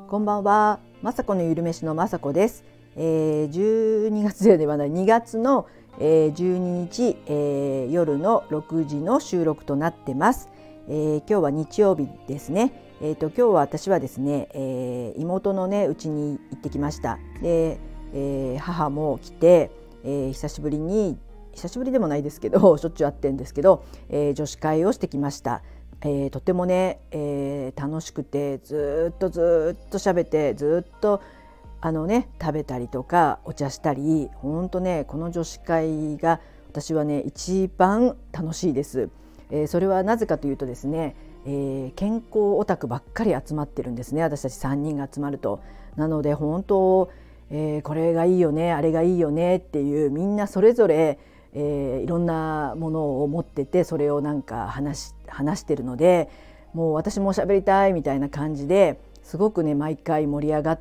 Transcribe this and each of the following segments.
こんばんは。まさこのゆるめしのまさこです。12月ではない2月の、12日、夜の6時の収録となってます。今日は日曜日ですね。今日は私はですね、妹のね家に行ってきました。で、母も来て、久しぶりでもないですけどしょっちゅう会ってるんですけど、女子会をしてきました。とてもね、楽しくてずっと喋ってずっと食べたりとかお茶したり、本当ねこの女子会が私はね一番楽しいです。それはなぜかというとですね、健康オタクばっかり集まってるんですね、私たち3人が集まると。なので本当、これがいいよねあれがいいよねっていうみんなそれぞれいろんなものを持ってて、それをなんか話してるので、もう私も喋りたいみたいな感じですごくね毎回盛り上がって、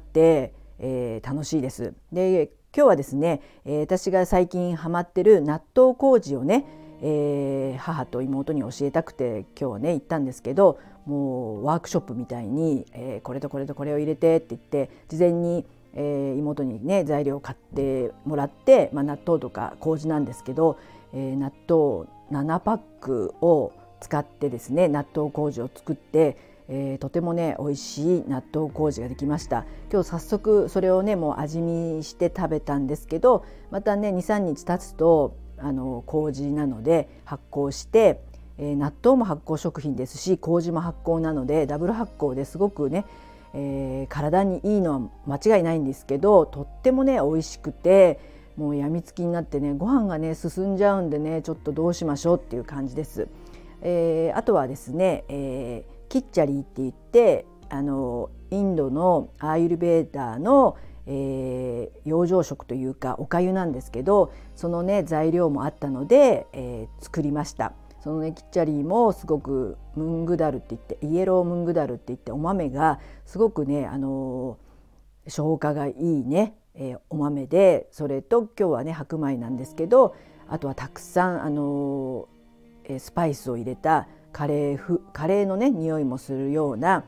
楽しいです。で今日はですね、私が最近ハマってる納豆麹をね、母と妹に教えたくて今日はね行ったんですけど、もうワークショップみたいに、これとこれとこれを入れてって言って事前に妹にね材料を買ってもらって、納豆とか麹なんですけど、納豆7パックを使ってですね納豆麹を作って、とてもね美味しい納豆麹ができました。今日早速それをねもう味見して食べたんですけど、またね 2,3 日経つと麹なので発酵して、納豆も発酵食品ですし麹も発酵なのでダブル発酵ですごくね体にいいのは間違いないんですけど、とってもね美味しくて、もうやみつきになってねご飯がね進んじゃうんでね、ちょっとどうしましょうっていう感じです。あとはですね、キッチャリーって言ってインドのアーユルベーダーの、養生食というかお粥なんですけど、そのね材料もあったので、作りました。そのねキッチャリーもすごくムングダルって言ってイエロームングダルって言ってお豆がすごくね消化がいいね、お豆で、それと今日はね白米なんですけど、あとはたくさんスパイスを入れたカレーのね匂いもするような、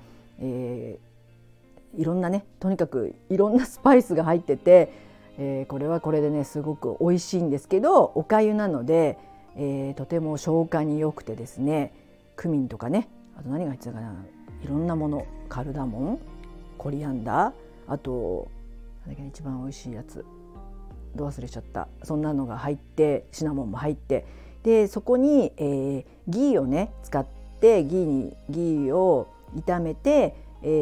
いろんなねとにかくいろんなスパイスが入ってて、これはこれでねすごく美味しいんですけど、お粥なのでとても消化に良くてですね、クミンとかね、あと何が入ってたかな、いろんなもの、カルダモン、コリアンダー、あと何だっけ一番美味しいやつど忘れちゃった、そんなのが入って、シナモンも入って、でそこに、ギーをね使ってギーを炒めて、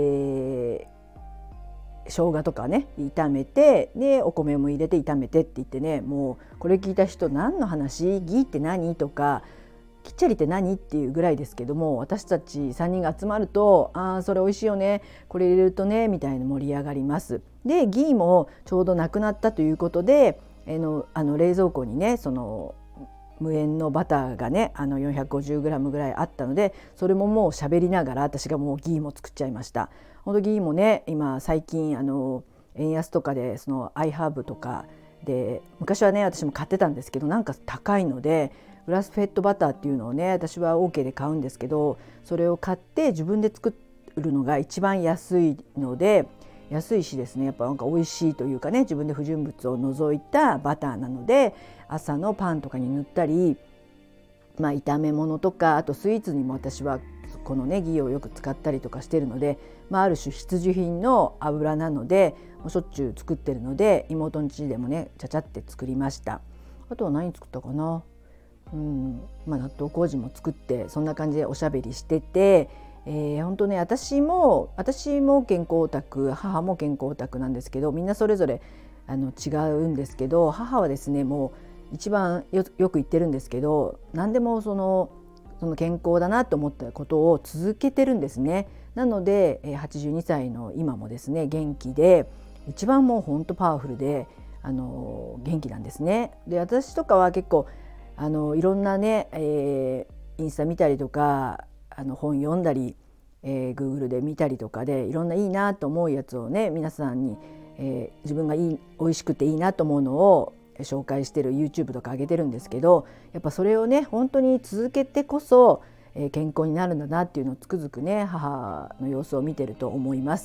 生姜とかね炒めて、でお米も入れて炒めてって言ってね、もうこれ聞いた人何の話、ギーって何とかキッチャリって何っていうぐらいですけども、私たち3人が集まるとそれ美味しいよねこれ入れるとねみたいな盛り上がります。でギーもちょうどなくなったということで、冷蔵庫にねその無塩のバターがね450g ぐらいあったので、それももう喋りながら私がもうギーも作っちゃいました。ほんとギーもね今最近円安とかでそのアイハーブとかで昔はね私も買ってたんですけど、なんか高いのでグラスフェッドバターっていうのをね私は OK で買うんですけど、それを買って自分で作るのが一番安いので、安いしですねやっぱなんか美味しいというかね、自分で不純物を除いたバターなので朝のパンとかに塗ったり、炒め物とかあとスイーツにも私はこのねギーをよく使ったりとかしてるので、ある種必需品の油なのでしょっちゅう作ってるので、妹の家でもねちゃちゃって作りました。あとは何作ったかな、納豆麹も作って、そんな感じでおしゃべりしてて、本当ね私も健康オタク、母も健康オタクなんですけど、みんなそれぞれ違うんですけど、母はですねもう一番よく言ってるんですけど、何でもその健康だなと思ったことを続けてるんですね。なので82歳の今もですね元気で、一番もう本当パワフルで元気なんですね。で私とかは結構いろんなね、インスタ見たりとか本読んだり、Google で見たりとかでいろんないいなと思うやつをね皆さんに、自分が美味しくていいなと思うのを紹介してる YouTube とか上げてるんですけど、やっぱそれをね本当に続けてこそ、健康になるんだなっていうのをつくづくね母の様子を見てると思います。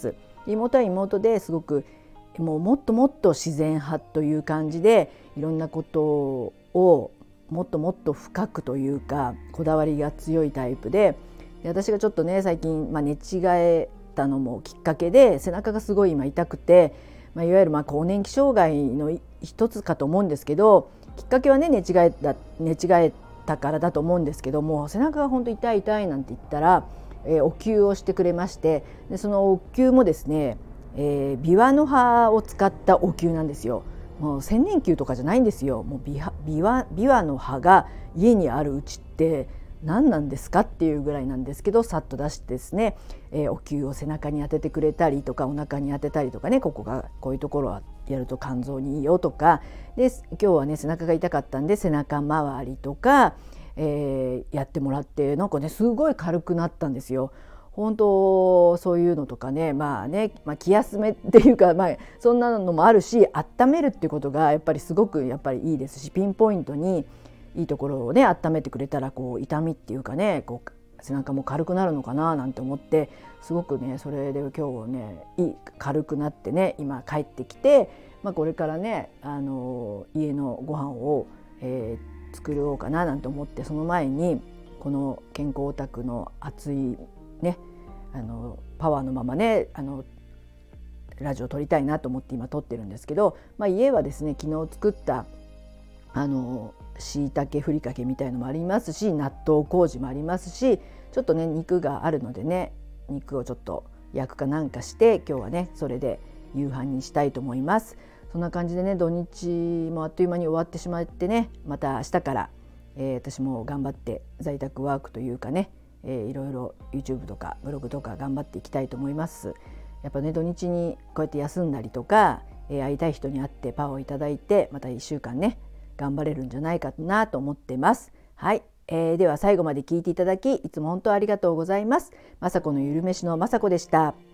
妹は妹ですごくもっともっと自然派という感じでいろんなことをもっともっと深くというかこだわりが強いタイプで、私がちょっとね最近、寝違えたのもきっかけで背中がすごい今痛くて、いわゆる更年期障害の一つかと思うんですけど、きっかけはね寝違えたからだと思うんですけども、背中が本当痛い痛いなんて言ったら、お灸をしてくれまして、でそのお灸もですね、ビワの葉を使ったお灸なんですよ。もう千年灸とかじゃないんですよ。もうビワの葉が家にあるうちって何なんですかっていうぐらいなんですけど、さっと出してですね、お灸を背中に当ててくれたりとかお腹に当てたりとかね、ここがこういうところはやると肝臓にいいよとかで、今日はね背中が痛かったんで背中周りとか、やってもらって、なんかねすごい軽くなったんですよ。本当そういうのとかね、気休めっていうか、そんなのもあるし、温めるっていうことがやっぱりすごくいいですし、ピンポイントにいいところをね温めてくれたらこう痛みっていうかね、こう背中も軽くなるのかななんて思って、すごくねそれで今日ね軽くなってね、今帰ってきて、これからね家のご飯を、作ろうかななんて思って、その前にこの健康オタクの熱いねパワーのままねラジオ撮りたいなと思って今撮ってるんですけど、家はですね昨日作ったしいたけふりかけみたいのもありますし、納豆麹もありますし、ちょっとね肉があるのでね、肉をちょっと焼くかなんかして今日はねそれで夕飯にしたいと思います。そんな感じでね、土日もあっという間に終わってしまってね、また明日から、私も頑張って在宅ワークというかね、いろいろ YouTube とかブログとか頑張っていきたいと思います。やっぱね土日にこうやって休んだりとか、会いたい人に会ってパワーをいただいて、また1週間ね頑張れるんじゃないかなと思ってます。はい、では最後まで聞いていただきいつも本当ありがとうございます。まさこのゆるめしのまさこでした。